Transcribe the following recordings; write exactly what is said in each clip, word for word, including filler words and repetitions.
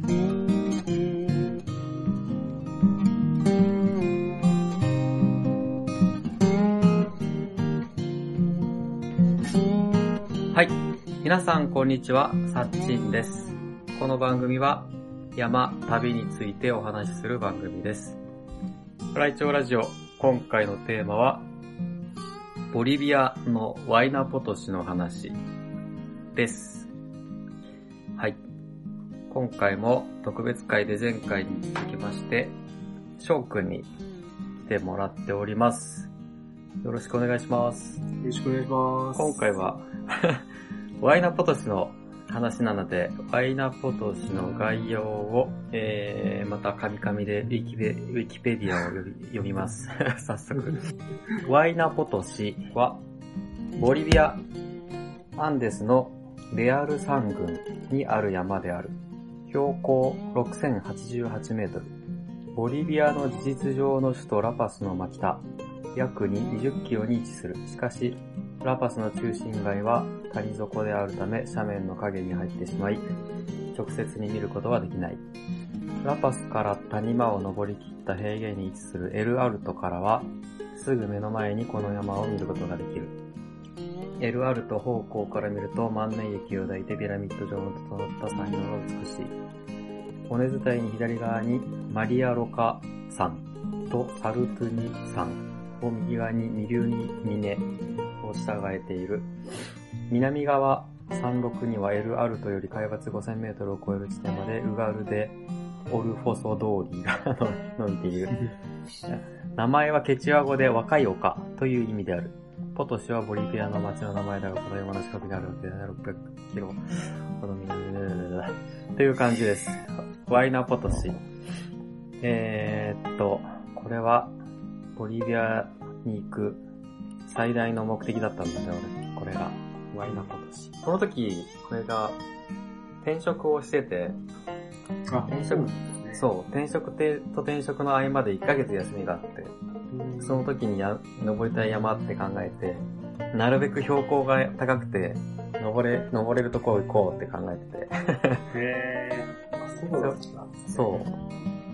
はい。皆さんこんにちは、さっちんです。この番組は山、旅についてお話しする番組です。ライチョウラジオ、今回のテーマはボリビアのワイナポトシの話です。はい。今回も特別会で前回に続きまして、翔くんに来てもらっております。よろしくお願いします。 よろしくお願いします。 今回はワイナポトシの話なので、ワイナポトシの概要を、えー、またカミカミでウィキペ、ウィキペディアを読み、読みます。早速。ワイナポトシは、ボリビア、アンデスのレアル山群にある山である。標高ろくせんはちじゅうはちメートル。ボリビアの事実上の首都ラパスの真北。約にじゅっキロに位置する。しかし、ラパスの中心街は谷底であるため斜面の影に入ってしまい、直接に見ることはできない。ラパスから谷間を登り切った平原に位置するエルアルトからは、すぐ目の前にこの山を見ることができる。エルアルト方向から見ると万年雪を抱いてピラミッド状の整った山陽が美しい。尾根伝いに左側にマリアロカ山とサルトゥニ山を右側にミリューニミネを従えている。南側山麓にはエルアルトより海抜ごせんメートルを超える地点までウガルデ・オルフォソ通りが伸びている。名前はケチュア語で若い丘という意味である。ポトシはボリビアの町の名前だが、この山の近くにあるわけでろっぴゃくキロほど南という感じです。ワイナポトシ。えーっと、これはボリビアに行く最大の目的だったんだね、俺。これが。ワイナポトシ。この時、これが転職をしてて、 あ、 転職、そう、転職と転職の合間でいっかげつ休みがあって、その時にや登りたい山って考えて、なるべく標高が高くて、登れ、登れるところ行こうって考えてて。 へー。そうなんですか。 そう。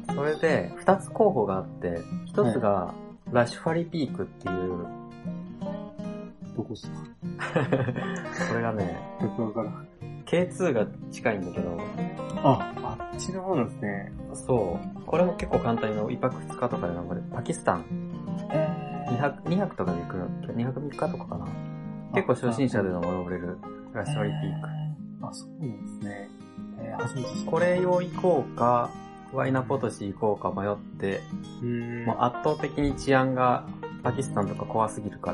それで、二つ候補があって、一つが、ラシュファリピークっていう、 どこっすかこれがね、 よくわからん。 ケーツー が近いんだけど、 あ、あっちの方なんですね。 そう。これも結構簡単にの一泊二日とかで登れる。パキスタン。 え二泊、二泊とかで行くの。二泊三日とかかな。結構初心者でも登れる。ラシュファリピーク。 あ、そうなんですね。えー、初めて知った。 これを行こうか、ワイナポトシ行こうか迷って、 うーん。 もう圧倒的に治安がパキスタンとか怖すぎるから。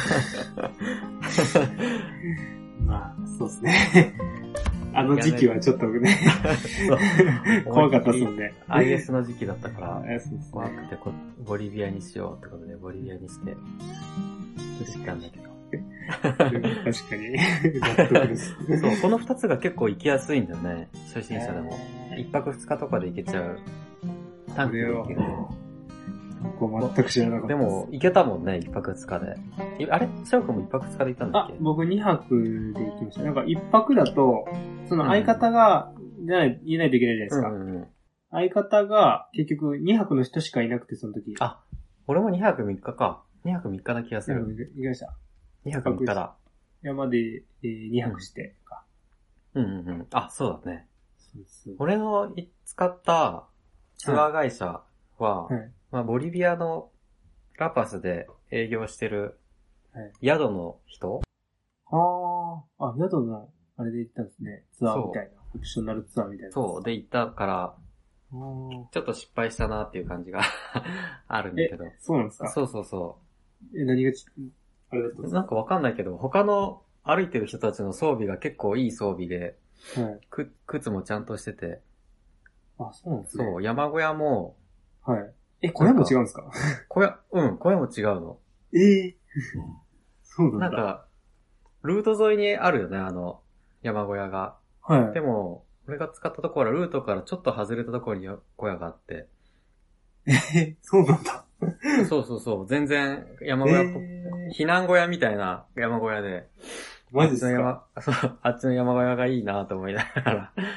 まあ、そうですね。あの時期はちょっとね、怖かったっすもんね。 アイエス の時期だったから、 そうですね、 怖くてこボリビアにしようってことで、ボリビアにして、行ったんだけど。 確かに、納得です。 そう、この二つが結構行きやすいんだよね、初心者でも。一泊二日とかで行けちゃう。タンクで行ける。 ここ全く知らなかったでも、行けたもんね、一泊二日で。あれ翔くんも一泊二日で行ったんだっけ？ あ、僕二泊で行きました。なんか一泊だと、その相方が、じゃない、いないといけないじゃないですか。 うんうんうん、相方が、結局二泊の人しかいなくて、その時。 あ、俺も二泊三日か。二泊三日な気がする。 行きました。 二泊三日だ。 山で、えー、二泊してか、 うん。うんうんうん。あ、そうだね。 そうそう。 俺の使ったツアー会社は、はいはい、まあ、ボリビアのラパスで営業してる宿の人、 はい、ああ、あ、宿のあれで行ったんですね。ツアーみたいな。オプショナルツアーみたいな。 そう、で行ったから、ちょっと失敗したなっていう感じがあるんだけど。 そうなんですか？ そうそうそう。 え、何がち、あれだったんですか？ なんかわかんないけど、他の歩いてる人たちの装備が結構いい装備で、はい、く靴もちゃんとしてて。 あ、そうなんですね。 そう、山小屋も、 はい。え、小屋も違うんですか？ 小屋、うん、小屋も違うの。 ええー、そうなんだ。 なんか、ルート沿いにあるよね、あの、山小屋が。 はい。 でも、俺が使ったところはルートからちょっと外れたところに小屋があって。 えー、そうなんだ。 そうそうそう、全然山小屋っぽ、えー、避難小屋みたいな山小屋で。 マジですか？ あっちの山、そう、あっちの山小屋がいいなと思いながら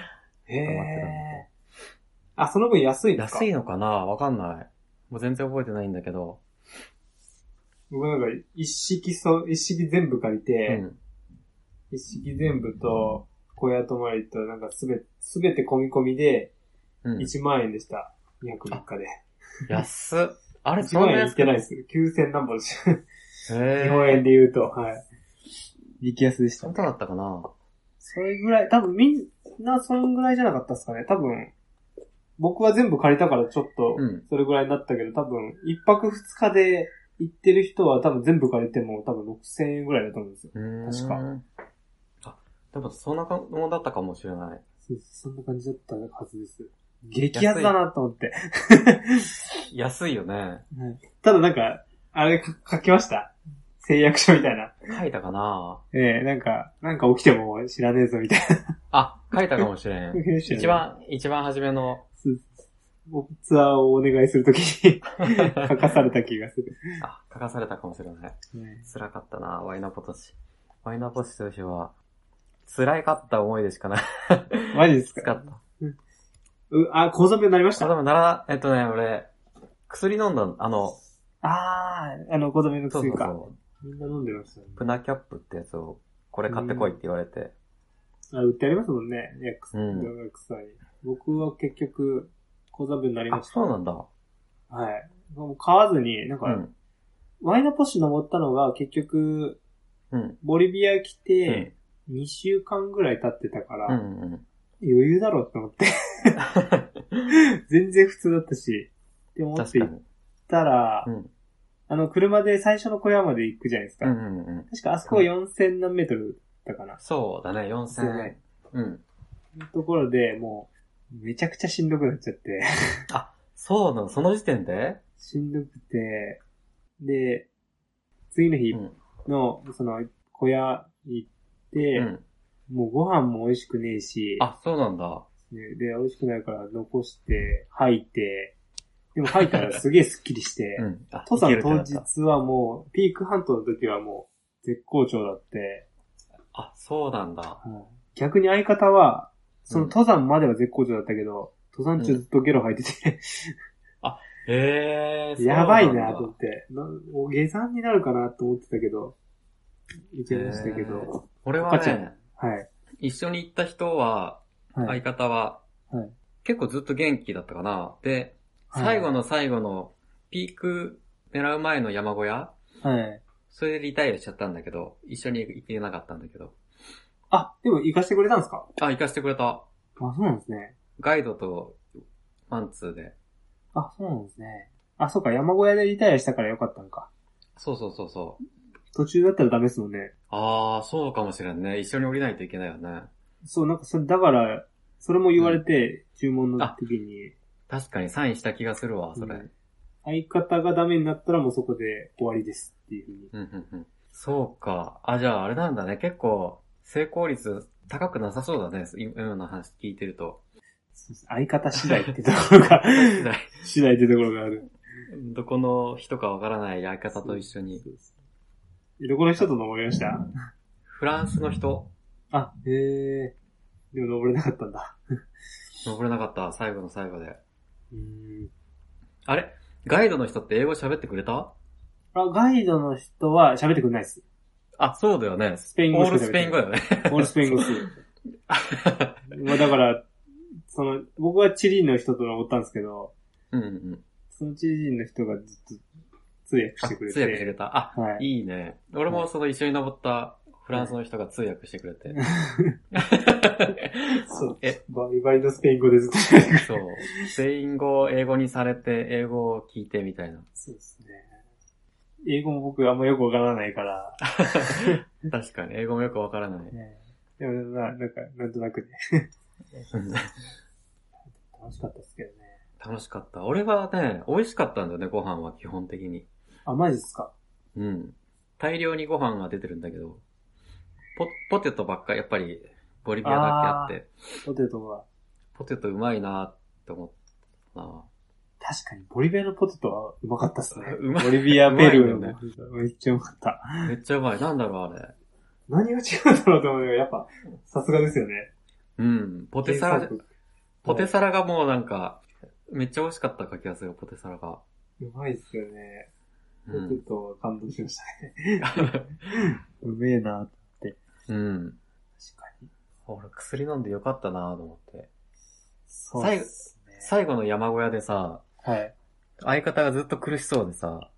へえ。あ、その分安いんですか？ 安いのかなわかんない。もう全然覚えてないんだけど。 僕なんか一式そ、一式全部借りて、うん、一式全部と小屋泊まりとなんかすべ、すべて込み込みでいちまん円でした。にはくみっかで。 安っ。あれ、 いちまん円いってないです。きゅうせん何本です。日本円で言うと、はい。激安でした。 本当だったかな？ それぐらい、多分みんなそんぐらいじゃなかったですかね。多分、僕は全部借りたからちょっと、それぐらいになったけど、うん、多分、一泊二日で行ってる人は多分全部借りても多分ろくせんえんぐらいだと思うんですよ。確か。 あ、でもそんなものだったかもしれない。 そんな感じだったはずです。激安だなと思って。 安いよね。 ただなんか、あれ書きました。誓約書みたいな。 書いたかな？ ええ、なんか、なんか起きても知らねえぞみたいな。 あ、書いたかもしれん。一番、一番初めの。 ツアーをお願いするときに書かされた気がする。 あ、書かされたかもしれない。ね、辛かったな、ワイナポトシ。ワイナポトシとしては、辛かった思いでしかない。 マジですか？ 辛かった。 う、あ、高山病になりました？ 高山病なら、えっとね、俺、薬飲んだ、あの、 あー、あの、高山病の薬か。 そうそうそう。 みんな飲んでましたね。 プナキャップってやつを、これ買ってこいって言われて。 あ、売ってありますもんね。薬、うん、薬。僕は結局、高山病になりました。 あ、そうなんだ。 はい。もう買わずに、なんか、うん、ワイナポッシュ登ったのが結局、うん、ボリビア来て、にしゅうかんぐらい経ってたから、うんうんうん、余裕だろって思って。全然普通だったし、って思って行ったら、うん、あの、車で最初の小屋まで行くじゃないですか。うんうんうん、確かあそこはよんせん何メートルだかな。 そうだね、よんせん。うん。 ところで、もう、めちゃくちゃしんどくなっちゃって。 あ、そうなの、その時点でしんどくて、で、次の日の、うん、その、小屋行って、うん、もうご飯も美味しくねえし、 あ、そうなんだ。 で、で美味しくないから残して、吐いて、でも吐いたらすげえスッキリして、うん、登山当日はもう、ピーク半島の時はもう、絶好調だって。 あ、そうなんだ。 うん、逆に相方は、その登山までは絶好調だったけど、登山中ずっとゲロ吐いてて、うん、 あ、へー、 やばいなと思って、下山になるかなと思ってたけど、行けましたけど。 俺はね、 はい。 一緒に行った人は、はい、相方は、はい、結構ずっと元気だったかな。で、最後の最後のピーク狙う前の山小屋、はい、それでリタイアしちゃったんだけど、一緒に行けなかったんだけど。 あ、でも行かしてくれたんですか？ あ、行かしてくれた。あ、 そうなんですね。 ガイドとマンツーで。 あ、そうなんですね。あ、そうか、山小屋でリタイアしたからよかったのか。 そうそうそうそう。 途中だったらダメですもんね。 ああ、そうかもしれんね。一緒に降りないといけないよね。 そう、なんかそれ、だから、それも言われて、うん、注文の時に。 確かにサインした気がするわ、それ。うん、 相方がダメになったらもうそこで終わりですっていうふうに。 うんうんうん、そうか。あ、じゃああれなんだね。結構、成功率高くなさそうだね。今の話聞いてると。 相方次第ってところが、次第。次第ってところがある。 どこの人かわからない相方と一緒に。そうそうどこの人と登りました？ フランスの人。 あ、へえ。でも登れなかったんだ。 登れなかった、最後の最後で。うーん。あれガイドの人って英語喋ってくれた？ あ、ガイドの人は喋ってくれないです。 あ、そうだよね。 スペイン語しか喋ってない。オールスペイン語だよね。 オールスペイン語っす。まあだから、その、僕はチリの人と登ったんですけど、うんうん、そのチリ人の人がずっと通訳してくれて。 通訳してくれた。あ、はい、いいね。俺もその一緒に登ったフランスの人が通訳してくれて。はい、 そう。え、バリバリのスペイン語でずっと喋ってくれて。 そう。スペイン語を英語にされて、英語を聞いてみたいな。 そうですね。英語も僕あんまよくわからないから。 確かに、英語もよくわからない。 ね、でもな、なんか、なんとなくね。楽しかったですけどね。 楽しかった。俺はね、美味しかったんだよね、ご飯は基本的に。 あ、マジですか？ うん。大量にご飯が出てるんだけど、ポ、ポテトばっかり、やっぱり、ボリビアだけあって。 ポテトは。 ポテトうまいなって思ったな。 確かに、ボリビアのポテトはうまかったっすね。 うまい。 ボリビアペルーのね。めっちゃうまかった。 めっちゃうまい。なんだろう、あれ。 何が違うんだろうと思うよ。やっぱ、さすがですよね。 うん。ポテサラ、 ポテサラがもうなんか、めっちゃ美味しかったか気がする、ポテサラが。 うまいっすよね。ちょっと感動しましたね。うめえなって。 うん。確かに。俺薬飲んでよかったなと思って。そうですね。最後の山小屋でさ、はい。相方がずっと苦しそうでさ、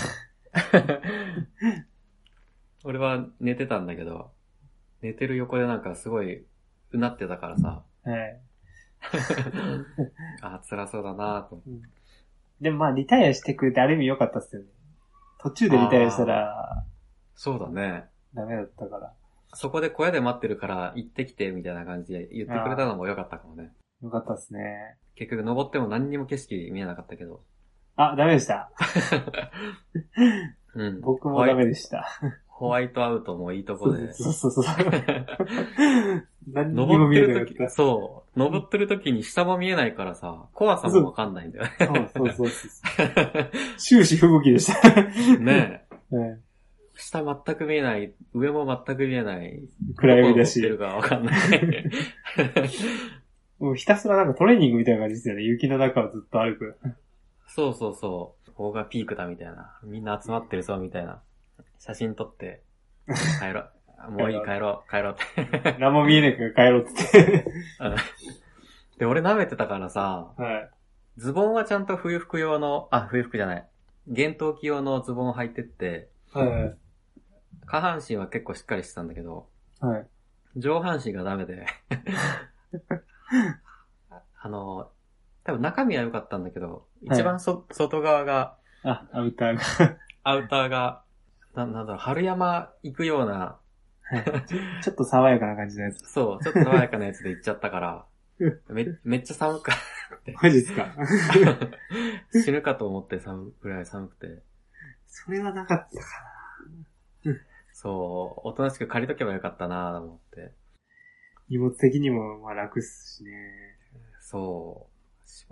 俺は寝てたんだけど、寝てる横でなんかすごい、うなってたからさ、はい。あ、辛そうだなと、うん。 でもまあリタイアしてくれてある意味良かったっすよね。途中でリタイアしたら、 そうだね。 ダメだったから。 そこで小屋で待ってるから行ってきてみたいな感じで言ってくれたのも良かったかもね。 良かったっすね。 結局登っても何にも景色見えなかったけど。 あ、ダメでした。うん。僕もダメでした。 ホワイトアウトもいいとこで。 そうそうそう。 何にも見えなかった。そう。登ってる時に下も見えないからさ、怖さもわかんないんだよね。 そうそうそう。終始吹雪でした。 ねえ。ね下全く見えない、上も全く見えない。 暗闇だし。 どこを登ってるかわかんない。 もうひたすらなんかトレーニングみたいな感じですよね。雪の中をずっと歩く。 そうそうそう。ここがピークだみたいな。みんな集まってるぞみたいな。写真撮って、帰ろう。もういい帰ろう、帰ろうって。 何も見えないから帰ろうって。 で、俺舐めてたからさ、はい、ズボンはちゃんと冬服用の、あ、冬服じゃない。厳冬期用のズボンを履いてって、はい、下半身は結構しっかりしてたんだけど、はい、上半身がダメで、あの、多分中身は良かったんだけど、一番そ、はい、外側が、 あ、アウターが。 アウターが、な、なんだろう、春山行くような、 はい、ちょ、ちょっと爽やかな感じのやつ。 そう、ちょっと爽やかなやつで行っちゃったから、め、めっちゃ寒くて。 マジっすか死ぬかと思って寒ぐらい寒くて。 それはなかったかな。 そう、おとなしく借りとけばよかったなと思って。 荷物的にもまあ楽っすしね。 そう。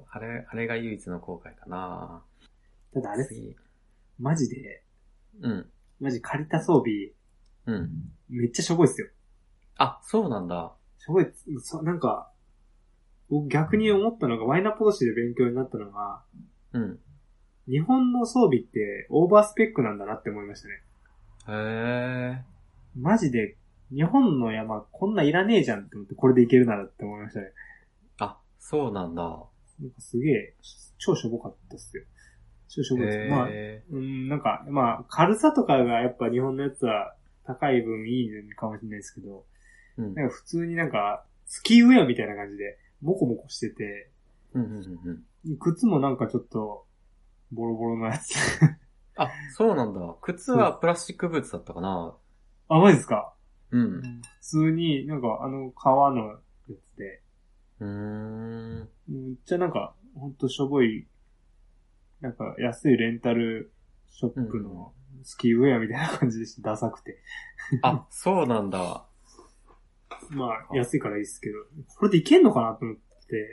あれ、あれが唯一の後悔かな。 ただあれマジで、うん。マジ借りた装備、うん。めっちゃしょぼいっすよ。 あ、そうなんだ。 しょぼい、そなんか、僕逆に思ったのが、ワイナポドシで勉強になったのが、うん。日本の装備ってオーバースペックなんだなって思いましたね。へー。マジで、日本の山こんないらねえじゃんって思って、これでいけるならって思いましたね。 あ、そうなんだ。 なんかすげえ、超しょぼかったっすよ。超しょぼいです。まあ、うん、なんか、まあ、軽さとかがやっぱ日本のやつは高い分いいかもしれないですけど、うん、なんか普通になんか、スキーウェアみたいな感じで、モコモコしてて、うんうんうんうん、靴もなんかちょっと、ボロボロのやつ。 あ、そうなんだ。靴はプラスチックブーツだったかな。 あ、マジですか？ うん。 普通になんかあの革のやつで。 うーん。 めっちゃなんか、ほんとしょぼい、なんか安いレンタルショップのスキーウェアみたいな感じでした。ダサくて。 あ、そうなんだ。 まあ、安いからいいですけど、これでいけんのかなと思って。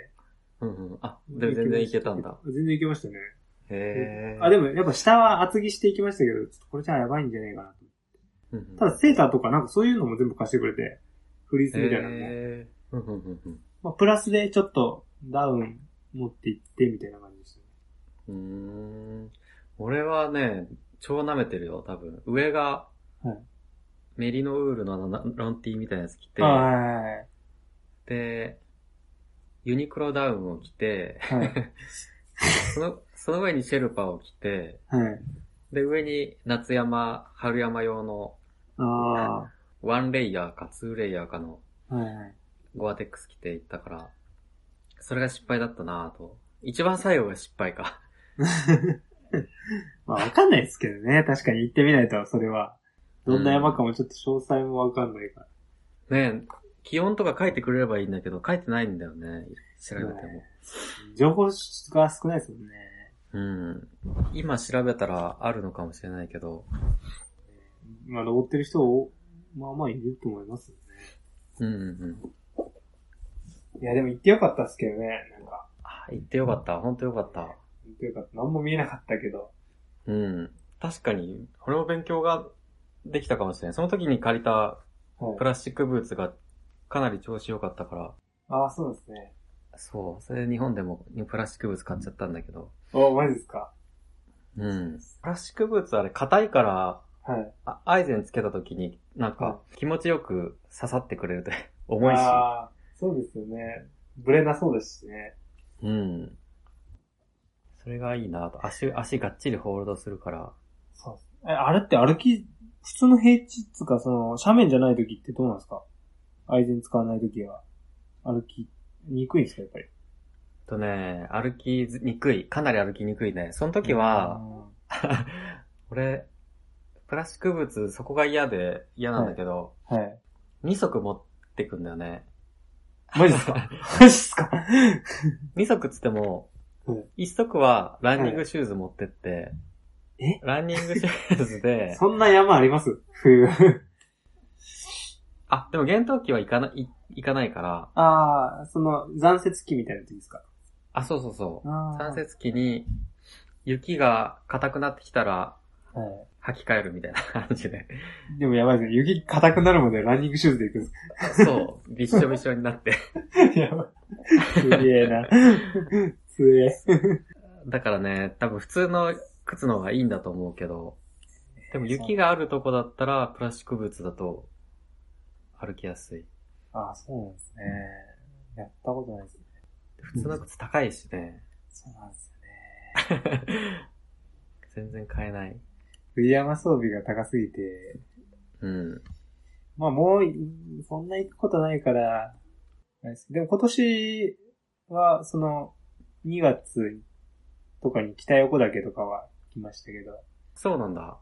うんうん。あ、で全然いけたんだ。 全然いけましたね。 へー。 あ、でもやっぱ下は厚着していきましたけど、ちょっとこれじゃやばいんじゃないかなと思って。うんうん、ただセーターとかなんかそういうのも全部貸してくれて、フリースみたいなのも。へー。うんうんうん、まあ、プラスでちょっとダウン持っていってみたいな感じでしたね。 うーん。俺はね、超舐めてるよ、多分。上が、はい、メリノウールのロンティーみたいなやつ着て、はい、で、ユニクロダウンを着て、はい、その、その上にシェルパを着て、はい、で、上に夏山、春山用の、あワンレイヤーかツーレイヤーかの、はいはい、ゴアテックス着ていったから、それが失敗だったなぁと。一番最後が失敗か。 まあわかんないですけどね。確かに行ってみないと、それは。どんな山かもちょっと詳細もわかんないから。 うん、ねえ、気温とか書いてくれればいいんだけど、書いてないんだよね。調べても。 情報が少ないですもんね。 うん。今調べたらあるのかもしれないけど。 まあ登ってる人、まあまあいると思いますよね。 うんうんうん。 いやでも行ってよかったっすけどね、なんか。 あ、行ってよかった。ほんとよかった。 行ってよかった。何も見えなかったけど。 うん。確かに、俺も勉強ができたかもしれない。その時に借りたプラスチックブーツがかなり調子良かったから。 はい、ああ、そうですね。 そう。それで日本でもプラスチックブーツ買っちゃったんだけど。 お、マジですか？ うん。プラスチックブーツあれ硬いから、はい。あアイゼンつけた時になんか気持ちよく刺さってくれると重いし。ああ、 そうですよね。ブレなそうですしね。 うん。それがいいなと。足、足がっちりホールドするから。 そう。え、あれって歩き、普通の平地っつか、その、斜面じゃない時ってどうなんですか？アイゼン使わない時は。歩きにくいんですか、やっぱり。 とね、歩きにくい。かなり歩きにくいね。その時は、俺、プラスチックブーツそこが嫌で、嫌なんだけど、はい。はい、に足持ってくんだよね。 マジっすか？マジっすか？ に足つっても、いっ足はランニングシューズ持ってって、はい、えランニングシューズで、 そんな山あります？冬。 あ、でも厳冬期は行かない、行かないから。 ああ、その残雪期みたいな時ですか？ あ、そうそうそう。残雪期に雪が硬くなってきたら、はい、履き替えるみたいな感じで。 でもやばいですね。雪硬くなるまでランニングシューズで行くんですそう。びっしょびしょになって。 やばい。すげえな。すげえ。 だからね、多分普通の靴の方がいいんだと思うけど、でも雪があるとこだったらプラスチックブーツだと歩きやすい。 ああ、そうなんですね。やったことないですね。 普通の靴高いしね。 そうなんですよね。 全然買えない。 冬山装備が高すぎて。うん。まあもう、そんな行くことないから、でも今年は、その、にがつとかに北横岳とかは来ましたけど。 そうなんだ。 はい。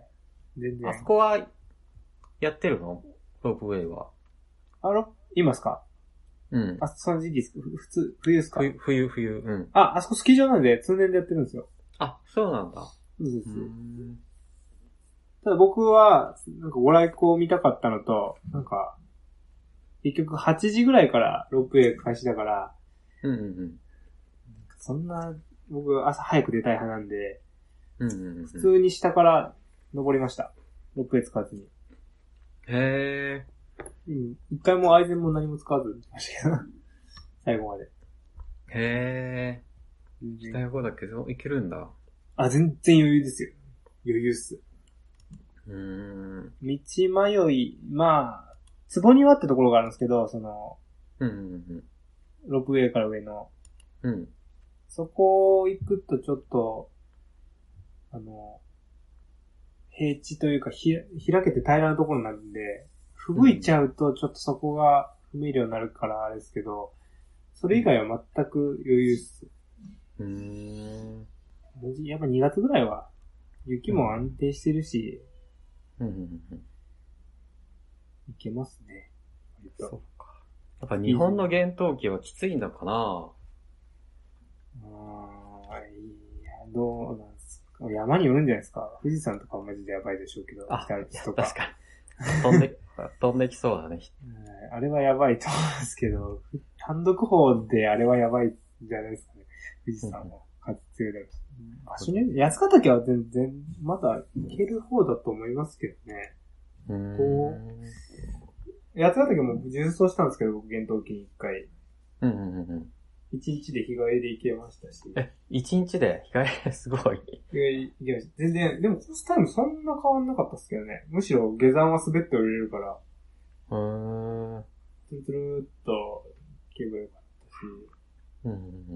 全然。 あそこは、やってるの？ロープウェイは。 あの、今っすか？うん。あ、その時期ですか？普通、冬ですか？ 冬、冬、冬、うん。 あ、あそこスキー場なんで通年でやってるんですよ。 あ、そうなんだ。 そうです。ただ僕は、なんかご来光見たかったのと、なんか、結局はちじぐらいからロープウェイ開始だから、うんうんうん。そんな、僕朝早く出たい派なんで、うんうんうん、普通に下から登りました。ロープウェイ使わずに。へー。うん。一回もアイゼンも何も使わずに来ましたけど。最後まで。 へー。北横だけど、いけるんだ。 あ、全然余裕ですよ。余裕っす。うーん。道迷い、まあ、坪庭ってところがあるんですけど、その、うんうんうん、ロープウェイから上の。うん。そこ行くとちょっと、あの、平地というかひ開けて平らなところなんで、吹雪いちゃうとちょっとそこが不明瞭になるからあれですけど、それ以外は全く余裕っす。うーん。やっぱにがつぐらいは雪も安定してるし、うんうんうんうん、いけますね。 そうか。やっぱ日本の厳冬期はきついんだかな。 ああ、いや、どうなんですか。山によるんじゃないですか。富士山とかはマジでやばいでしょうけど。 あ、北アルプスとか。確かに。飛んで、飛んできそうだね。 あれはやばいと思うんですけど、単独歩であれはやばいんじゃないですかね。富士山も風強いだろうし。場所に、八ヶ岳は全然、まだ行ける方だと思いますけどね。うーん。こう、八ヶ岳も縦走したんですけど、僕、厳冬期に一回。うんうんうん。一日で日帰りで行けましたし。 え、一日で日帰りすごい。 日帰り行けました。全然、でもコースタイムそんな変わんなかったっすけどね。むしろ下山は滑って降りれるから。うーん。トゥルトゥルーっと行けばよかったし。うんうんうん。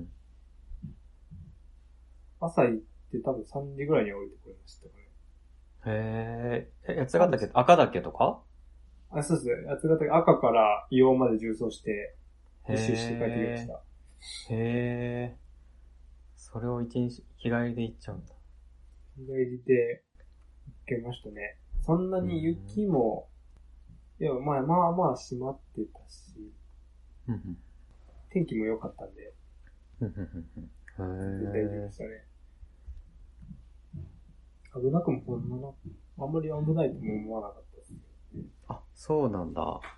朝行って多分さんじぐらいに降りてこれましたね。 へー。八ヶ岳、赤岳とか？ あ、そうですね。八ヶ岳、赤から硫黄まで縦走して、一周して帰ってきました。 へー。それを一日、日帰りで行っちゃうんだ。 日帰りで行けましたね。そんなに雪も、いや、まあまあまあ閉まってたし、天気も良かったんで、大丈夫でしたね。危なくもこんなな、あんまり危ないとも思わなかったですね。 あ、そうなんだ。はい。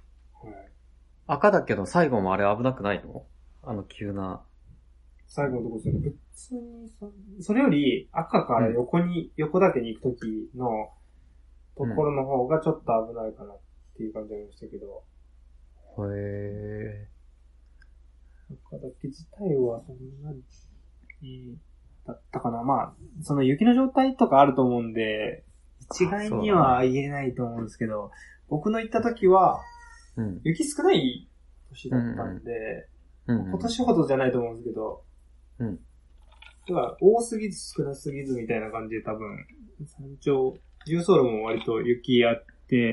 赤岳の最後もあれ危なくないの？あの急な。 最後のとこですよね。別にそ、それより赤から横に、うん、横岳に行くときのところの方がちょっと危ないかなっていう感じがありましたけど。 うん、へ坂岳自体はそんなに、だったかな。まあ、その雪の状態とかあると思うんで、一概には言えないと思うんですけど、僕の行った時は、うん、雪少ない年だったんで、うんうん、今年ほどじゃないと思うんですけど、うん、だから多すぎず少なすぎずみたいな感じで多分、山頂、重走路も割と雪あって、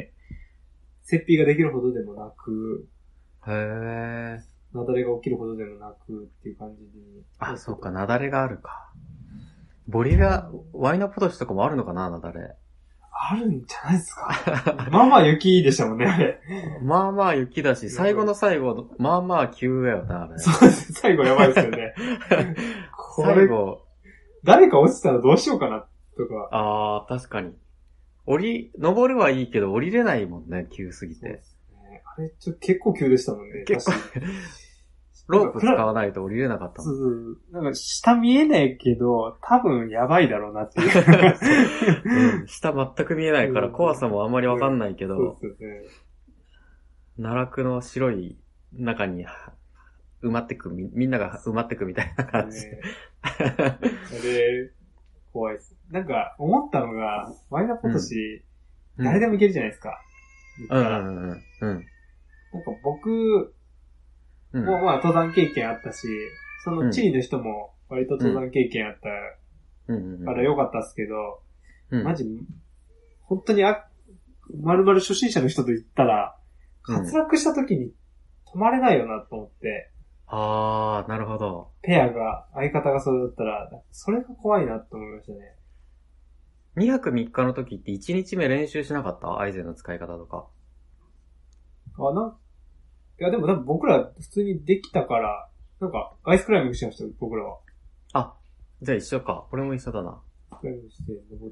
雪庇ができるほどでもなく、 へー。 雪崩が起きるほどでもなくっていう感じに。 あ、そうか、雪崩があるか。ボリビア、ワイナポトシとかもあるのかな、雪崩。 あるんじゃないですか。まあまあ雪でしたもんね、あれ。 まあまあ雪だし、最後の最後、まあまあ急だよな、あれ。 そうです、最後やばいですよね。これ最後。誰か落ちたらどうしようかな、とか。 ああ、確かに。降り、登るはいいけど降りれないもんね、急すぎて。そうですね。あれ、ちょっと結構急でしたもんね。 結構。ロープ使わないと降りれなかったもん。 そうそう。なんか下見えないけど、多分やばいだろうなっていう、 うん。下全く見えないから怖さもあんまりわかんないけど、うん、そうですね。奈落の白い中に埋まってく、み、みんなが埋まってくみたいな感じで。 それ、怖いです。なんか思ったのが、ワイナポトシ、うん、誰でも行けるじゃないですか。 うんうんうんうん。なんか僕、もうまあ登山経験あったし、その地位の人も割と登山経験あったから良かったっすけど、うん、マジ、本当にあ、丸々初心者の人と行ったら、滑落した時に止まれないよなと思って。 うん、あー、なるほど。 ペアが、相方がそれだったら、それが怖いなと思いましたね。 にはくみっかの時っていちにちめ練習しなかった？アイゼンの使い方とか。 あ、なんいやでも多分僕ら普通にできたから、なんかアイスクライミングしてましたよ、僕らは。 あ、じゃあ一緒か。俺も一緒だな。 アイスクライミングして登って、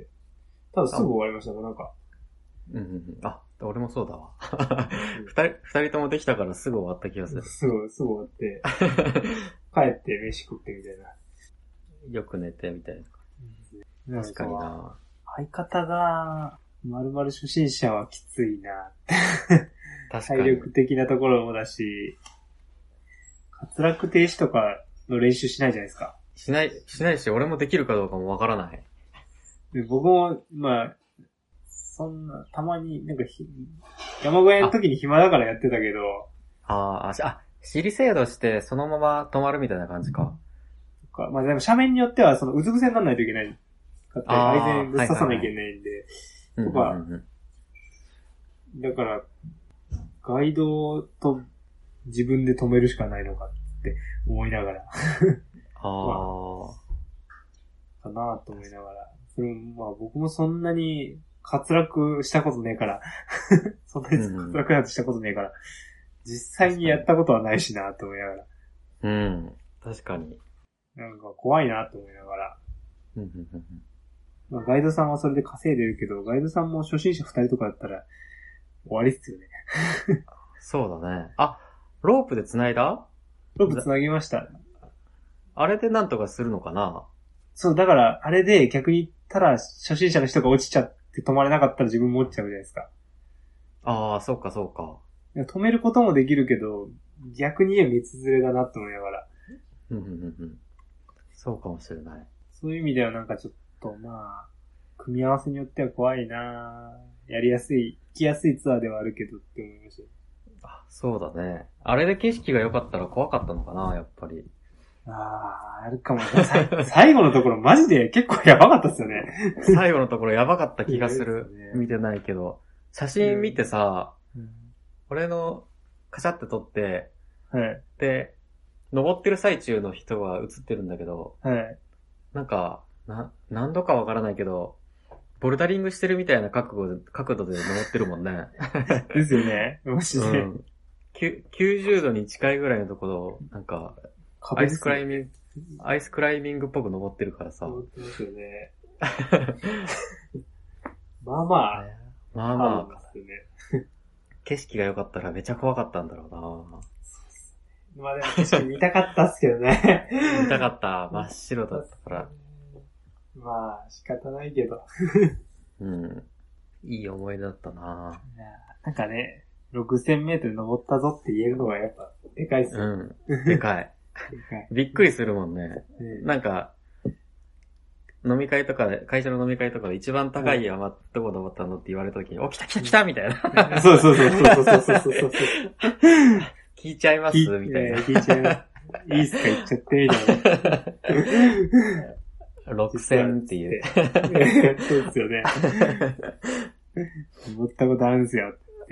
ただすぐ終わりましたもん、なんか。 うんうんうん。あ、俺もそうだわ。二人、二人ともできたからすぐ終わった気がする。 すぐ、すぐ終わって、帰って飯食ってみたいな。 よく寝てみたいな。確かにな。 相方が、まるまる初心者はきついな。 確かに。 体力的なところもだし、滑落停止とかの練習しないじゃないですか。 しない、しないし、俺もできるかどうかもわからない。 で僕も、まあ、そんな、たまになんかひ、山小屋の時に暇だからやってたけど。 ああ、あ、尻制度してそのまま止まるみたいな感じか。 とかまあでも斜面によってはそのうつ伏せにならないといけない。かって、アイゼンぶっ刺さなきゃいけないんで。とか、だから、ガイドと自分で止めるしかないのかって思いながら。ああ。かなと思いながら。それもまあ僕もそんなに滑落したことねえから。そんなに滑落なんてしたことねえから。実際にやったことはないしなと思いながら。 うん。確かに。 なんか怖いなと思いながら。まあ、ガイドさんはそれで稼いでるけど、ガイドさんも初心者二人とかだったら終わりっすよね。 そうだね。あ、ロープで繋いだ？ ロープ繋ぎました。 あれでなんとかするのかな？ そう、だから、あれで逆に言ったら、初心者の人が落ちちゃって止まれなかったら自分も落ちちゃうじゃないですか。 ああ、そうかそうか。 止めることもできるけど、逆に言えば道連れだなと思いながら。 うんうんうんうん。そうかもしれない。 そういう意味ではなんかちょっと、まあ、組み合わせによっては怖いなやりやすい、行きやすいツアーではあるけどって思いました。 あ、そうだね。あれで景色が良かったら怖かったのかな、やっぱり。 ああ、あるかも。最後のところマジで結構やばかったっすよね。 最後のところやばかった気がする。ね、見てないけど。写真見てさ、うん、俺のカシャって撮って、はい、で、登ってる最中の人は映ってるんだけど、はい、なんか、な、何度かわからないけど、ボルダリングしてるみたいな角度で、角度で登ってるもんね。 ですよね。マジで、うん。 きゅうじゅうどに近いぐらいのところ、なんか、アイスクライミング、アイスクライミングっぽく登ってるからさ。 そうですよね。まあまあ。 まあまあ。ね、景色が良かったらめちゃ怖かったんだろうな。そうですね。まあでも景色見たかったっすけどね。 見たかった。真っ白だったから。 まあ仕方ないけど。 うん。いい思い出だったな。 なんかね、 ろくせんメートル登ったぞって言えるのがやっぱ、でかいっすよ。 うん。でかい。 でかい。 びっくりするもんね。 うん、 なんか、飲み会とかで、会社の飲み会とかで一番高い山どこ登ったのって言われた時に、お、来た来た来たみたいな。 そうそうそうそうそうそうそう。 聞いちゃいますみたいな。 聞いちゃいます。いいっすか言っちゃってみたいな。 ろくせんっていう。 そうですよね。登ったことあるんですよって。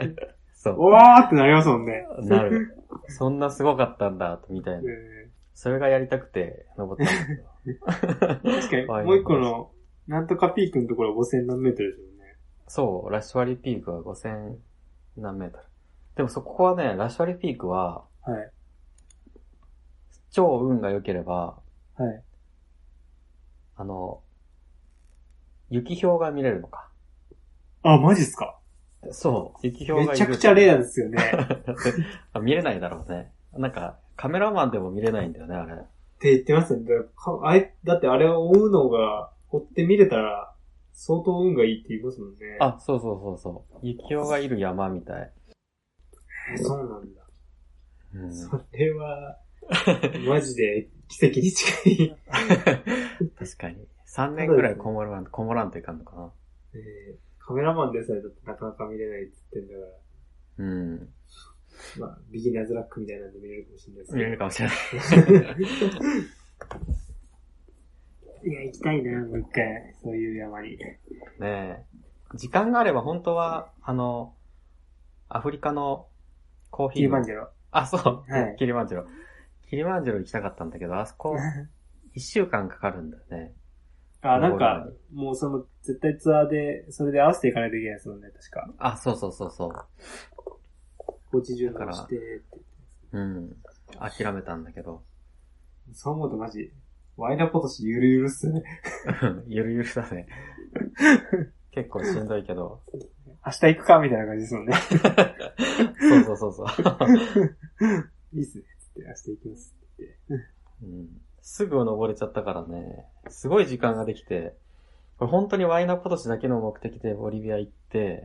そう。おーってなりますもんね。 なる。そんなすごかったんだ、みたいな。それがやりたくて登ったんだけど。 確かに、もう一個の、なんとかピークのところはごせん何メートルですよね。 そう、ラッシュワリーピークはごせん何メートル。でもそこはね、ラッシュワリーピークは、はい。超運が良ければ、はい。あの、雪氷が見れるのか。 あ、マジっすか？ そう、雪氷がめちゃくちゃレアですよね。 見れないだろうね。なんか、カメラマンでも見れないんだよね、あれ。 って言ってますよね。あいだってあれを追うのが、追って見れたら、相当運がいいって言いますもんね。 あ、そうそうそうそう。雪氷がいる山みたい。 え、そうなんだ。うん、それは、マジで奇跡に近い。 確かに。さんねんくらいこもらん、こもらんといかんのかな。 えー、カメラマンでさえだってなかなか見れないって言ってんだから。うん。まあ、ビギナーズラックみたいなんで見れるかもしれないですね。見れるかもしれない。 いや、行きたいな、もう一回、そういう山に。 ねえ。時間があれば本当は、あの、アフリカのコーヒー。 キリマンジェロ。 あ、そう。はい。キリマンジェロ。キリマンジェロ行きたかったんだけど、あそこ、一週間かかるんだよね。 あ、なんか、もうその、絶対ツアーで、それで合わせていかないといけないですもんね、確か。 あ、そうそうそうそう。 高知中からしてって言って、 うん。諦めたんだけど。 そう思うとマジ、ワイナポトシゆるゆるっすね。 ゆるゆるだね。結構しんどいけど。 明日行くかみたいな感じですもんね。 そうそうそうそう。 いいっすね。明日行きますって。 うん。すぐ登れちゃったからね。すごい時間ができて。これ本当にワイナポトシだけの目的でボリビア行って、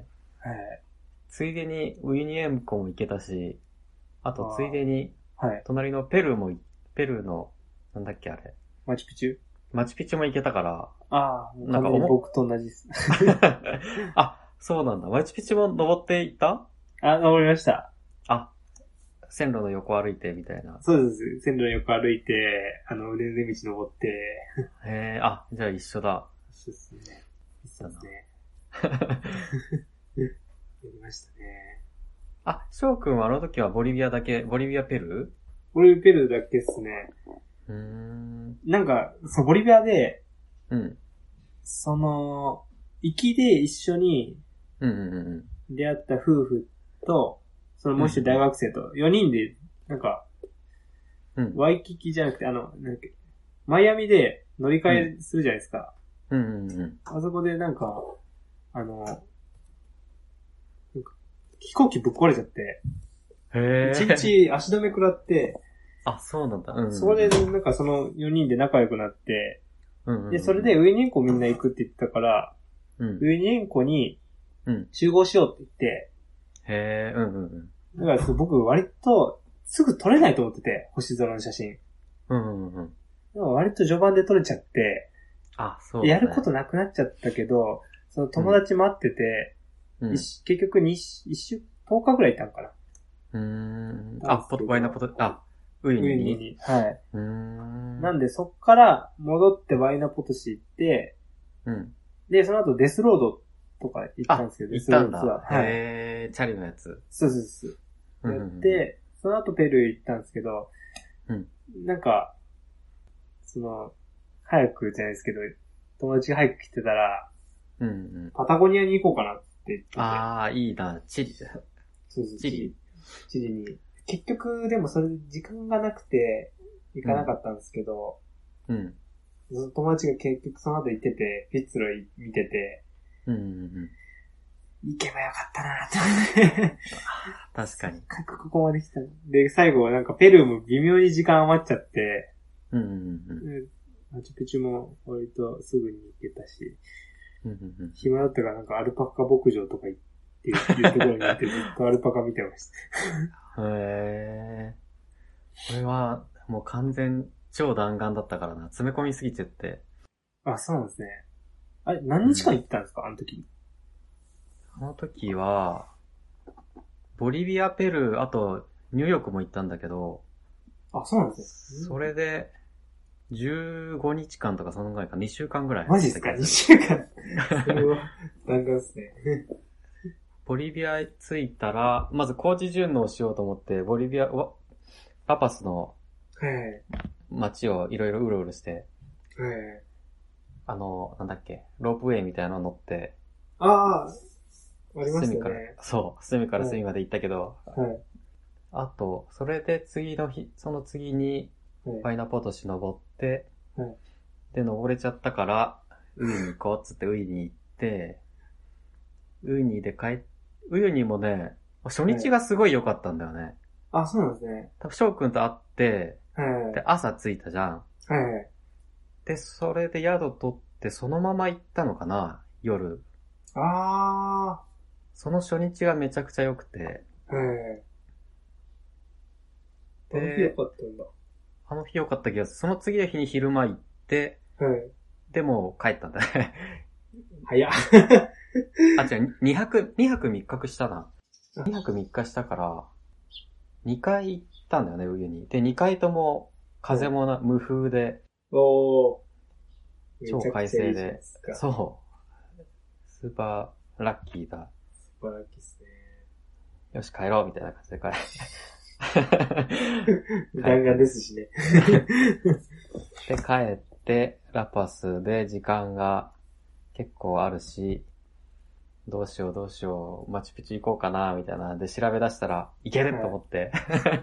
はい。ついでにウユニ塩湖も行けたし、あとついでに、はい。隣のペルーも、ペルーの、なんだっけあれ。 マチュピチュマチュピチュも行けたから。 ああ、なんか僕と同じです。 あ、そうなんだ。マチュピチュも登って行った？ あ、登りました。 あ、線路の横歩いてみたいな。 そうです。線路の横歩いて、あの、腕々道登って。 へえ、あ、じゃあ一緒だ。 一緒ですね。一緒ですね。やりましたね。 あ、翔くんはあの時はボリビアだけ、ボリビアペルー？ ボリビアペルーだけですね。うーん。なんか、そう、ボリビアで、うん。その、行きで一緒に、うんうんうん。出会った夫婦と、そのもう一人大学生と、よにんで、なんか、うん。ワイキキじゃなくて、あの、なんか、マイアミで乗り換えするじゃないですか。うんうんうん。あそこでなんか、あの、なんか飛行機ぶっ壊れちゃって、へー。一日足止め食らって、 あ、そうなんだ。うんうんうん、 そこで、なんかそのよにんで仲良くなって、うんうんうん、で、それでウユニ塩湖みんな行くって言ってたから、うん、ウユニ塩湖に集合しようって言って、うん、へー、うんうんうん。だから僕割とすぐ撮れないと思ってて、星空の写真。うんうんうん。でも割と序盤で撮れちゃって、あ、そう、ね。やることなくなっちゃったけど、その友達待ってて、うん、結局に、一週、とおかぐらいいたんかな。うーん。あ、ポト、ワイナポト、あ、ウユニに。ウユニに。はい。うーん。なんでそっから戻ってワイナポトシ行って、うん。で、その後デスロードとか行ったんですけど、デスロードツアー。はい。 へー、チャリのやつ。 そうそうそう。やって、その後ペルー行ったんですけど、うん。なんか、その、早くじゃないですけど、友達が早く来てたら、うんうん。パタゴニアに行こうかなって言ってて。 ああ、いいな、チリ。 そうそう、チリ。チリに。結局、でもそれ時間がなくて、行かなかったんですけど、うん。その友達が結局その後行ってて、ピッツロイ見てて、うんうんうん。行けばよかったなと思って。 確かに。 ここまで来た。で、最後はなんかペルーも微妙に時間余っちゃって、うんうんうん。マチュピチュも割とすぐに行けたし、うんうんうん、暇だったからなんかアルパカ牧場とか行っっていうところに行ってずっとアルパカ見てました。 へー。これはもう完全超弾丸だったからな。詰め込みすぎちゃって。 あ、そうなんですね。あれ、何日間行ったんですか、うん、あの時。 あの時は、ボリビア、ペルー、あとニューヨークも行ったんだけど、 あ、そうなんですね。それで、じゅうごにちかんとかそのぐらいか、にしゅうかんぐらい。 マジですか ?に 週間。それは、弾丸ですね。 ボリビア着いたら、まず高知順応しようと思って、ボリビア、パパスの街をいろいろうろうろして、 はい、 あの、なんだっけ、ロープウェイみたいなの乗って、 ああ、ありましたね。 隅から、そう、隅から隅まで行ったけど、 はいはい、 あと、それで次の日、その次に、ワイナポトシ登って、はい、で、登れちゃったから、ウユニ行こうっつってウユニ行って、ウユニで帰っ、ウユニもね、初日がすごい良かったんだよね。はい、 あ、そうなんですね。 多分翔くんと会って、はい、で、朝着いたじゃん。 はい。 で、それで宿取って、そのまま行ったのかな、夜。 ああ。 その初日がめちゃくちゃ良くて。 はい。あの日良かったんだ。 あの日良かった気がする。その次の日に昼間行って、はい。でも帰ったんだね。 早っ。 あ、違う、にはく、にはくみっかしたな。にはくみっかしたから、にかい行ったんだよね、上に。で、にかいとも風もな、無風で、おー。超快晴で、そう。スーパーラッキーだ。 スーパーラッキーですね。 よし、帰ろう、みたいな感じで帰る。 弾丸ですしね。 で、帰って、ラパスで時間が結構あるし、どうしようどうしよう、マチュピチュ行こうかな、みたいな。で、調べ出したら、行けると思って。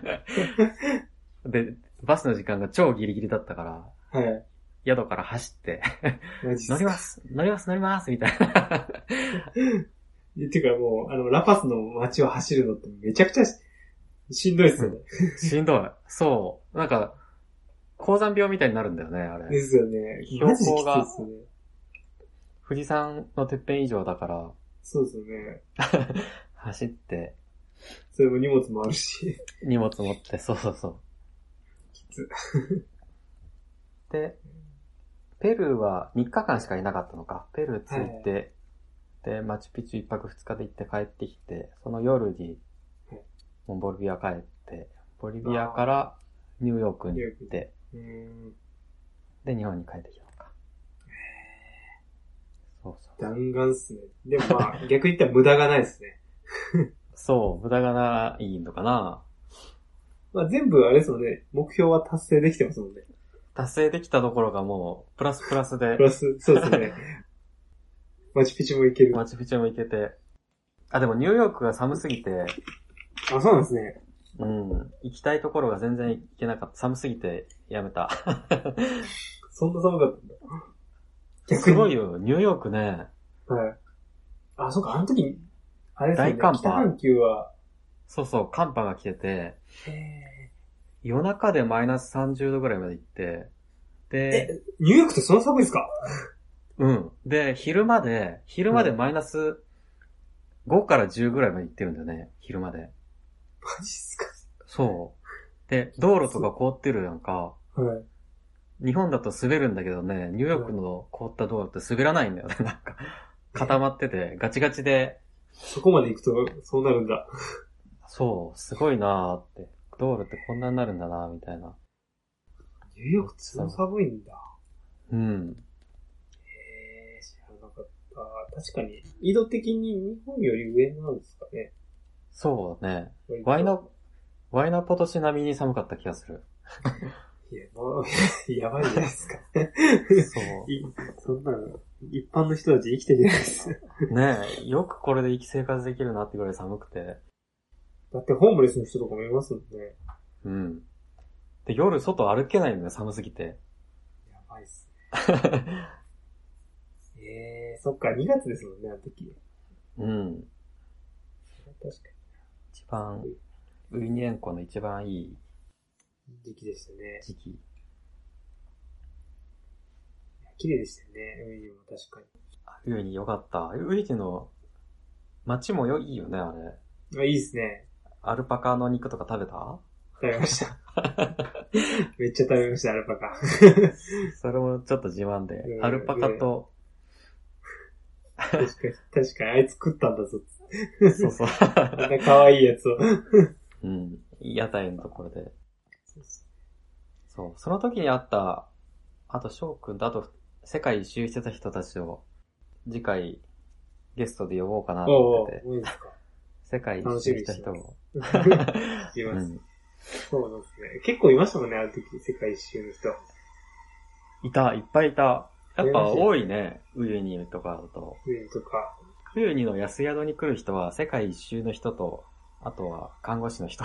で、バスの時間が超ギリギリだったから、はい、宿から走って、乗ります、乗ります、乗ります、みたいな。 てかもう、あの、ラパスの街を走るのってめちゃくちゃしんどいっすよね。 しんどい。そう。なんか、高山病みたいになるんだよね、あれ。 ですよね。標高が、ね、 富士山のてっぺん以上だから。 そうですよね。 走って。 それも荷物もあるし。 荷物持って、そうそうそう。 きつ。 で、ペルーはみっかかんしかいなかったのか。ペルー着いて、はい、で、マチュピチュいっぱくふつかで行って帰ってきて、その夜に、もうボリビア帰って、ボリビアからニューヨークに行って、で、日本に帰ってきたのか。 そうそう。弾丸っすね。でもまあ、逆に言ったら無駄がないですね。 そう、無駄がないのかな。 まあ全部あれですもんね、目標は達成できてますもんね。 達成できたところがもう、プラスプラスで。 プラス、そうですね。マチュピチュも行ける。 マチュピチュも行けて。あ、でもニューヨークが寒すぎて。 あ、そうなんですね。 うん。行きたいところが全然行けなかった。寒すぎてやめた。 そんな寒かったんだ。 すごいよ、ニューヨークね。 はい。あ、そうか、あの時、あれですね。大寒波。北半球は。 そうそう、寒波が来てて。へ夜中でマイナスさんじゅうどぐらいまで行って。 で、え、ニューヨークってそんな寒いですか？ うん。で、昼間で、昼間でマイナスごからじゅうぐらいまで行ってるんだよね、昼間で。 マジっすか？ そう。で、道路とか凍ってるやんか。はい。日本だと滑るんだけどね、ニューヨークの凍った道路って滑らないんだよね、なんか。固まってて、ガチガチで。 そこまで行くと、そうなるんだ。 そう、すごいなーって。道路ってこんなになるんだなーみたいな。 ニューヨークってそんな寒いんだ。 うん。 へー、知らなかった。確かに、緯度的に日本より上なんですかね。 そうね。ワイナ、ワイナポトシ並みに寒かった気がする。 いや、もう、やばいじゃないですか。そう。そんなの、一般の人たち生きていけないです。 ねえ、よくこれで生き生活できるなってぐらい寒くて。 だってホームレスの人とかもいますもんね。 うん。で、夜外歩けないのよ、寒すぎて。 やばいっすね。えー、そっか、にがつですもんね、あの時。 うん。 確かに。 一番、ウユニ塩湖の一番いい時期でしたね。 時期。 綺麗でしたよね、ウユニも確かに。 ウユニよかった。ウユニの街も良いよね、あれ。あ、いいですね。 アルパカの肉とか食べた？ 食べました。めっちゃ食べました、アルパカ。 それもちょっと自慢で。アルパカと、 確かに、確かに、あいつ食ったんだぞ。 そうそう。 あんな可愛いやつを。 うん。屋台のところで。そう。その時に会った、あと翔くんと、あと世界一周してた人たちを、次回ゲストで呼ぼうかなと思ってて。 おー、いいですか。 世界一周した人を。 います。うん、そうなんですね。結構いましたもんね、あの時、世界一周の人。 いた、いっぱいいた。やっぱ多いね、ウユニとかだと。 ウユニとか。 ウユニの安宿に来る人は世界一周の人と、あとは看護師の人。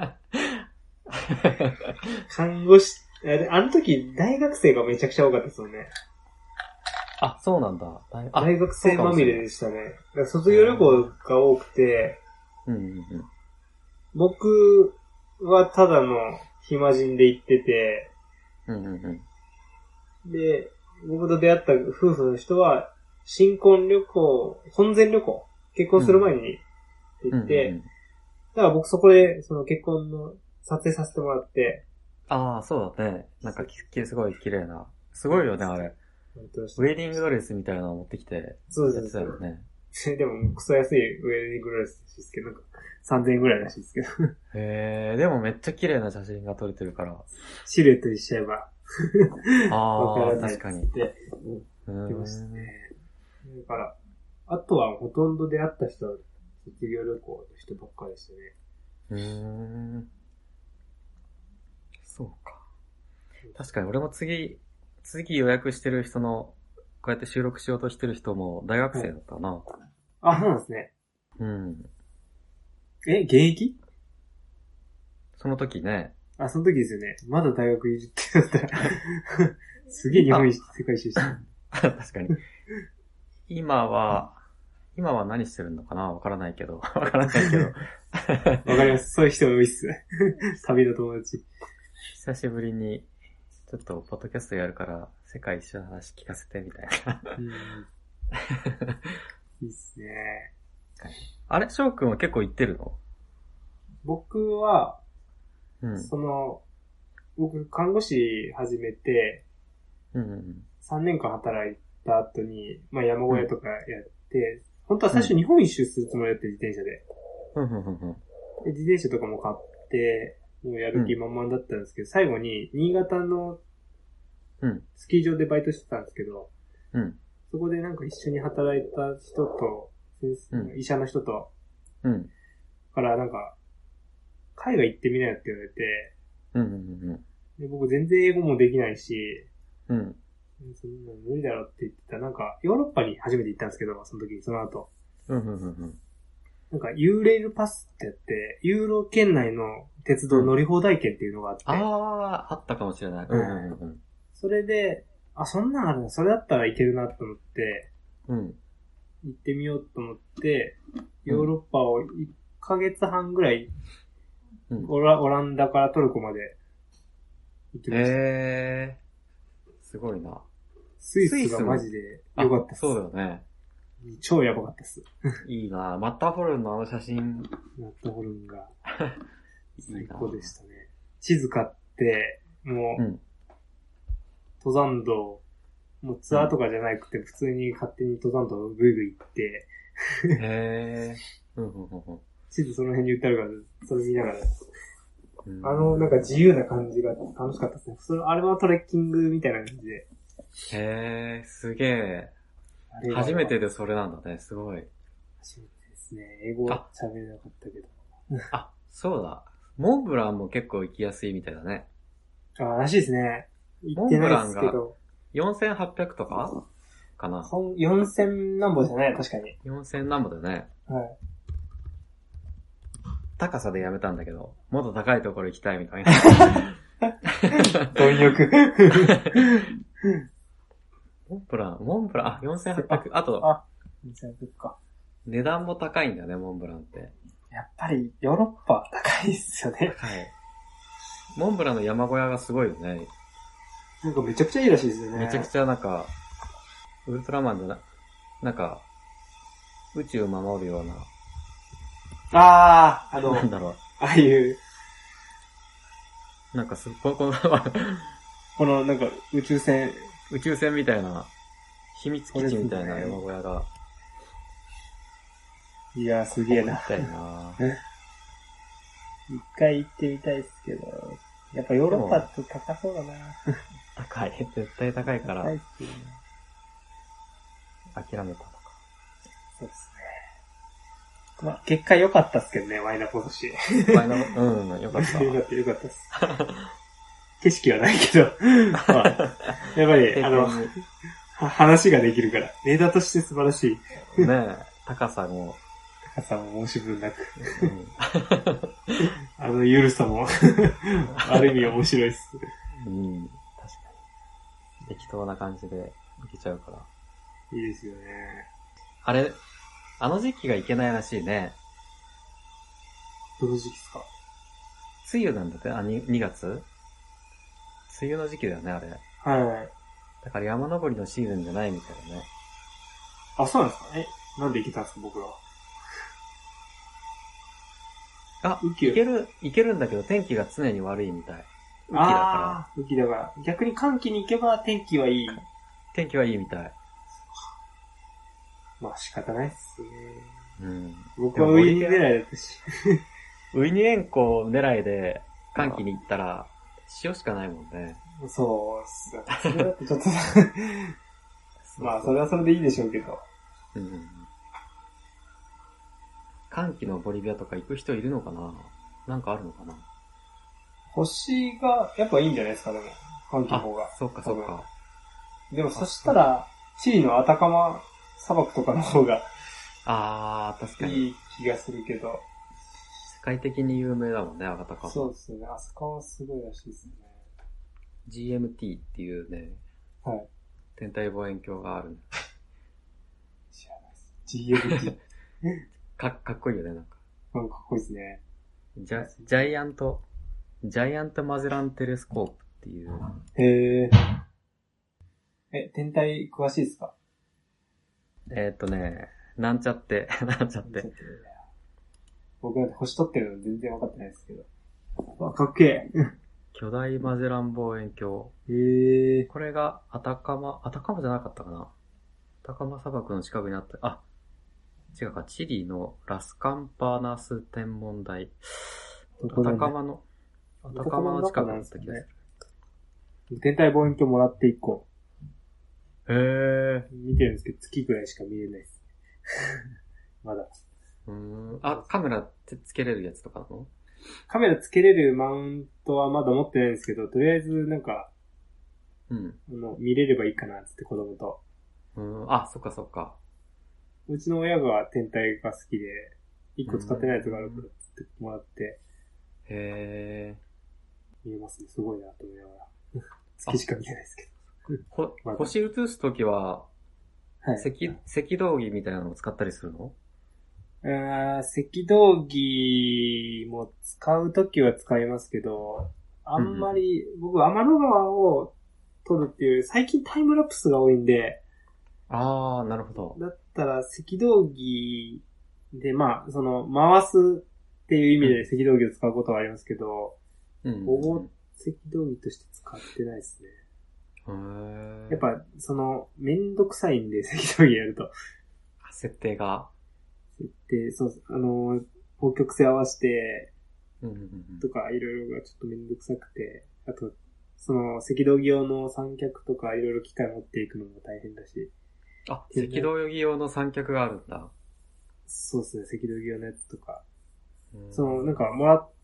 看護師、あれ、あの時大学生がめちゃくちゃ多かったですよね。 あ、そうなんだ。 大, 大学生まみれでしたね。だから卒業旅行が多くて、 うんうんうん、 僕はただの暇人で行ってて、 うんうんうん、 で、僕と出会った夫婦の人は、新婚旅行、本前旅行、結婚する前に行って、うんうんうん、だから僕そこでその結婚の撮影させてもらって、 ああ、そうだね。なんかすごい綺麗な。すごいよね、あれ。ウェディングドレスみたいなのを持ってきて、 そうです。 よね。 でも、クソ安いウェディングドレスらしいですけど、なんかさんぜんえんぐらいらしいですけど。 へえ、でもめっちゃ綺麗な写真が撮れてるから。 シルエットにしちゃえば。 ああ、確かに。 で、うん。出ましたね。だから、あとはほとんど出会った人は、卒業旅行の人ばっかりでしたね。 うーん。そうか。確かに俺も次、次予約してる人の、こうやって収録しようとしてる人も大学生だったな。はい、 あ、そうなんですね。 うん。 え、現役？ その時ね。 あ、その時ですよね。まだ大学いじってだったら、すげえ日本一世界一周してる。 確かに。今は、今は何してるのかな？わからないけど。わからないけど。 わかります。そういう人多いっす。旅の友達。 久しぶりに、ちょっとポッドキャストやるから、世界一周の話聞かせてみたいな。うん、 いいっすね。 あれ翔くんは結構行ってるの？ 僕は、 うん、 その、僕、看護師始めて、 うんうん、 さんねんかん働いた後に、まあ山小屋とかやって、うん、本当は最初日本一周するつもりだった自転車で。 うんうんうん、 で自転車とかも買って、もうやる気満々だったんですけど、うん、最後に新潟のスキー場でバイトしてたんですけど、 うん、 そこでなんか一緒に働いた人と、うん、医者の人と、 うん、 からなんか、海外行ってみなよって言われて、 うんうんうん、 で僕全然英語もできないし、 うん、 そんな無理だろって言ってた。なんか、ヨーロッパに初めて行ったんですけど、その時、その後。 うんうんうん、 なんか、ユーレールパスってやって、ユーロ圏内の鉄道乗り放題券っていうのがあって。 うん、ああ、あったかもしれない。うんうんうん、 それで、あ、そんなんあるんだ。それだったらいけるなと思って、 うん、 行ってみようと思って、ヨーロッパをいっかげつはんぐらい、うん、オラ、オランダからトルコまで行ってました。 へー、すごいな。 スイスがマジで良かったっす。 そうだよね。 超やばかったっす。 いいな。マッターホルンのあの写真。 マッターホルンが最高でしたね。地図買って、もう、うん、登山道、もうツアーとかじゃなくて、普通に勝手に登山道をぐいぐい行って、 へー、うんうんうん、 地図その辺に売ってあるから、それ見ながら、うん、あの、なんか自由な感じが楽しかったですね。それあれはトレッキングみたいな感じで。 へー、すげえ。初めてでそれなんだね、すごい。 初めてですね。英語は喋れなかったけど。 あ、そうだ。モンブランも結構行きやすいみたいだね。 あ、らしいですね。行ってないですけど。 よんせんはっぴゃくとかかな。 よんせんなんぼじゃない、確かに。 よんせんなんぼだよね。 はい。 高さでやめたんだけど、もっと高いところ行きたいみたいな。 貪欲。 モンブラン、モンブラン、あ、よんせんはっぴゃく、あと、 あ、よんせんはっぴゃくか。 値段も高いんだよね、モンブランって。 やっぱり、ヨーロッパ高いっすよね。 はい。モンブランの山小屋がすごいよね。 なんかめちゃくちゃいいらしいですよね。 めちゃくちゃなんか、ウルトラマンじゃな、なんか、宇宙を守るようなあー、あの、 なんだろう。 ああいう、 なんかす、この、このこのなんか宇宙船、 宇宙船みたいな、秘密基地みたいな山小屋が。 いやー、すげえな。 行きたいな一回行ってみたいですけど、やっぱヨーロッパって高そうだな。 高い。絶対高いから。高いっすね。諦めたのか。 そうですね。まあ、結果良かったっすけどね、ワイナポトシ。 ワイナ、うん、良かった。 良かった、良かったっす。景色はないけど、まあ、やっぱり、あの、話ができるから、ネタとして素晴らしい。 ねえ、高さも。 高さも申し分なく。うん、あの緩さも、ある意味面白いっす。 うん、確かに。適当な感じでいけちゃうから。 いいですよね。 あれ、あの時期がいけないらしいね。 どの時期っすか？ 梅雨なんだって、あ、に、にがつ？梅雨の時期だよね、あれ。 はいはい。 だから山登りのシーズンじゃないみたいだね。 あ、そうなんですか？え、なんで行けたんですか、僕ら。 あ、いける、いけるんだけど天気が常に悪いみたい。 雨季だから。雨季だから。逆に寒気に行けば天気はいい。 天気はいいみたい。 まあ仕方ないっすね。 うん。 僕はウイニ狙いだったし。 ウイニ塩湖狙いで寒気に行ったら塩しかないもんね。 そうっす。それだとちょっとまあそれはそれでいいでしょうけど。うん。 寒気のボリビアとか行く人いるのかな？なんかあるのかな？ 星がやっぱいいんじゃないですか、でも。寒気の方が。 そっかそっか。 でもそしたら、チリのアタカマ砂漠とかの方が、 あー、確かに。 いい気がするけど。世界的に有名だもんね、アタカマ。 そうですね。あそこはすごいらしいですね。 ジーエムティー っていうね、はい。天体望遠鏡がある。 知らないです。ジーエムティー。 か、かっこいいよね、なんか。 うん、かっこいいですね。 ジャ、ジャイアント、ジャイアントマゼランテレスコープっていう。 へー。え、天体詳しいですか？ えー、っとね、なんちゃって、なんちゃって。 僕なんて星取ってるの全然分かってないですけど。あ、かっけえ。 巨大マゼラン望遠鏡。 へー。 これがアタカマ、アタカマじゃなかったかな？アタカマ砂漠の近くにあった、あ、違うか、チリのラスカンパーナス天文台。アタカマの、アタカマの近くだった気がする。天体望遠鏡もらっていっこ。 へー。 見てるんですけど、月ぐらいしか見れないです。まだ。 うーん。あ、カメラつけれるやつとかなの？ カメラつけれるマウントはまだ持ってないんですけど、とりあえずなんか、うん。あの、見れればいいかなって子供と。 うん。あ、そっかそっか。 うちの親が天体が好きで、一個使ってないやつがあるからってもらって。 へー。見えますね。すごいなと思いながら。月しか見えないですけど。 ほ、星映すときは、はい、赤、赤道儀みたいなのを使ったりするの？ あ赤道儀も使うときは使いますけど、あんまり、うんうん、僕天の川を撮るっていう、最近タイムラプスが多いんで、 あー、なるほど。 だったら赤道儀で、まあ、その、回すっていう意味で赤道儀を使うことはありますけど、うん、ほぼ赤道儀として使ってないですね。やっぱ、その、めんどくさいんで、赤道儀やると。 設定が。 設定、そう、あの、方極性合わせて、とか、いろいろがちょっとめんどくさくて、あと、その、赤道儀用の三脚とか、いろいろ機械持っていくのも大変だし。 あ、赤道儀用の三脚があるんだ。 そうですね、赤道儀用のやつとか。その、なんか、もらった、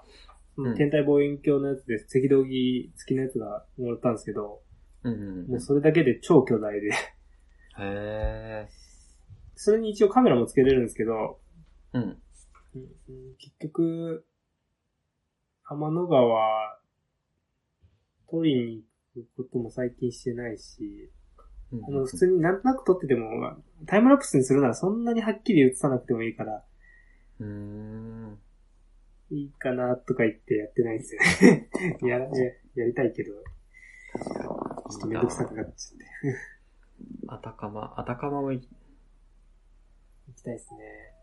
天体望遠鏡のやつで、赤道儀付きのやつがもらったんですけど、うんうんうん、もうそれだけで超巨大でへー。 それに一応カメラもつけれるんですけど、 うん。 結局、天の川、撮りに行くことも最近してないし、うんうん、あの普通になんとなく撮ってても、タイムラプスにするならそんなにはっきり映さなくてもいいから、 うーん。 いいかなとか言ってやってないんですよねや。や、やりたいけど、ちょっとめんどくさくなっちゃって。 アタカマ、アタカマも行き行きたいですね。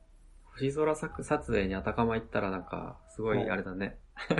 星空撮影にあたかま行ったらなんか、すごいあれだね。 はい、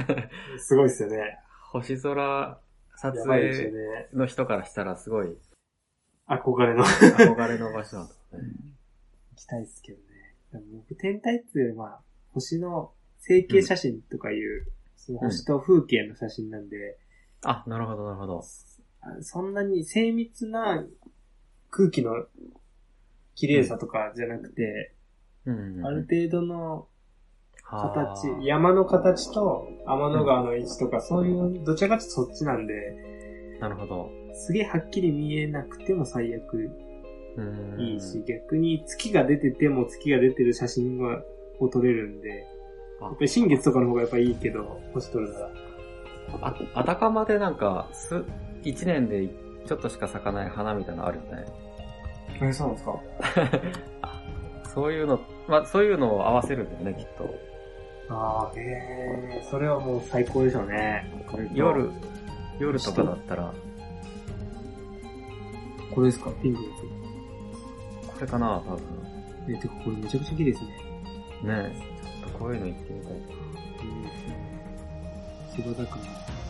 すごいっすよね。 星空撮影の人からしたらすごい。 憧れの。 憧れの場所なんだね。 行きたいっすけどね。僕、天体っていうよりまあ、星の成形写真とかいう、うん、その星と風景の写真なんで。うん、 あ、なるほど、なるほど。 そんなに精密な空気の綺麗さとかじゃなくて、うんうんうん、ある程度の形、山の形と天の川の位置とか、うん、そういう、どちらかというとそっちなんで、 なるほど。すげえはっきり見えなくても最悪いいし、逆に月が出てても月が出てる写真がを撮れるんで、やっぱり新月とかの方がやっぱりいいけど、星撮るなら。 あ、あたかまでなんか、す、一年でちょっとしか咲かない花みたいなのあるよね。 え、そうなんですかそういうの、まあ、そういうのを合わせるんだよね、きっと。 ああ、へえ、それはもう最高でしょうね。 夜、夜とかだったら。 これですか？ピンクのやつ。これかな、多分。 え、てかこれめちゃくちゃ綺麗ですね。 ねえ、ちょっとこういうの行ってみたい。いいですね。芝桜。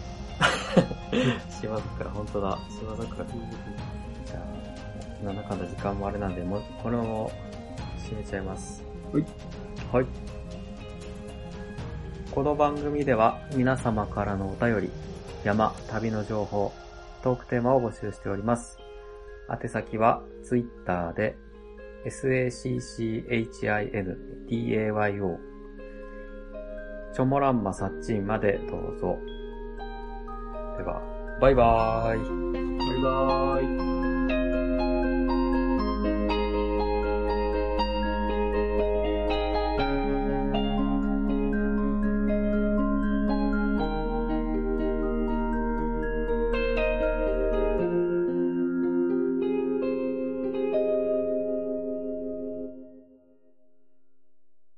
芝桜、ほんとだ。芝桜。じゃあ、なんだかんだ時間もあれなんで、もう、これを締めちゃいます。 はい。 はい。この番組では皆様からのお便り、山、旅の情報、トークテーマを募集しております。宛先は Twitter で サッチン チョモランマサッチンまでどうぞ。では、バイバーイ。 バイバーイ。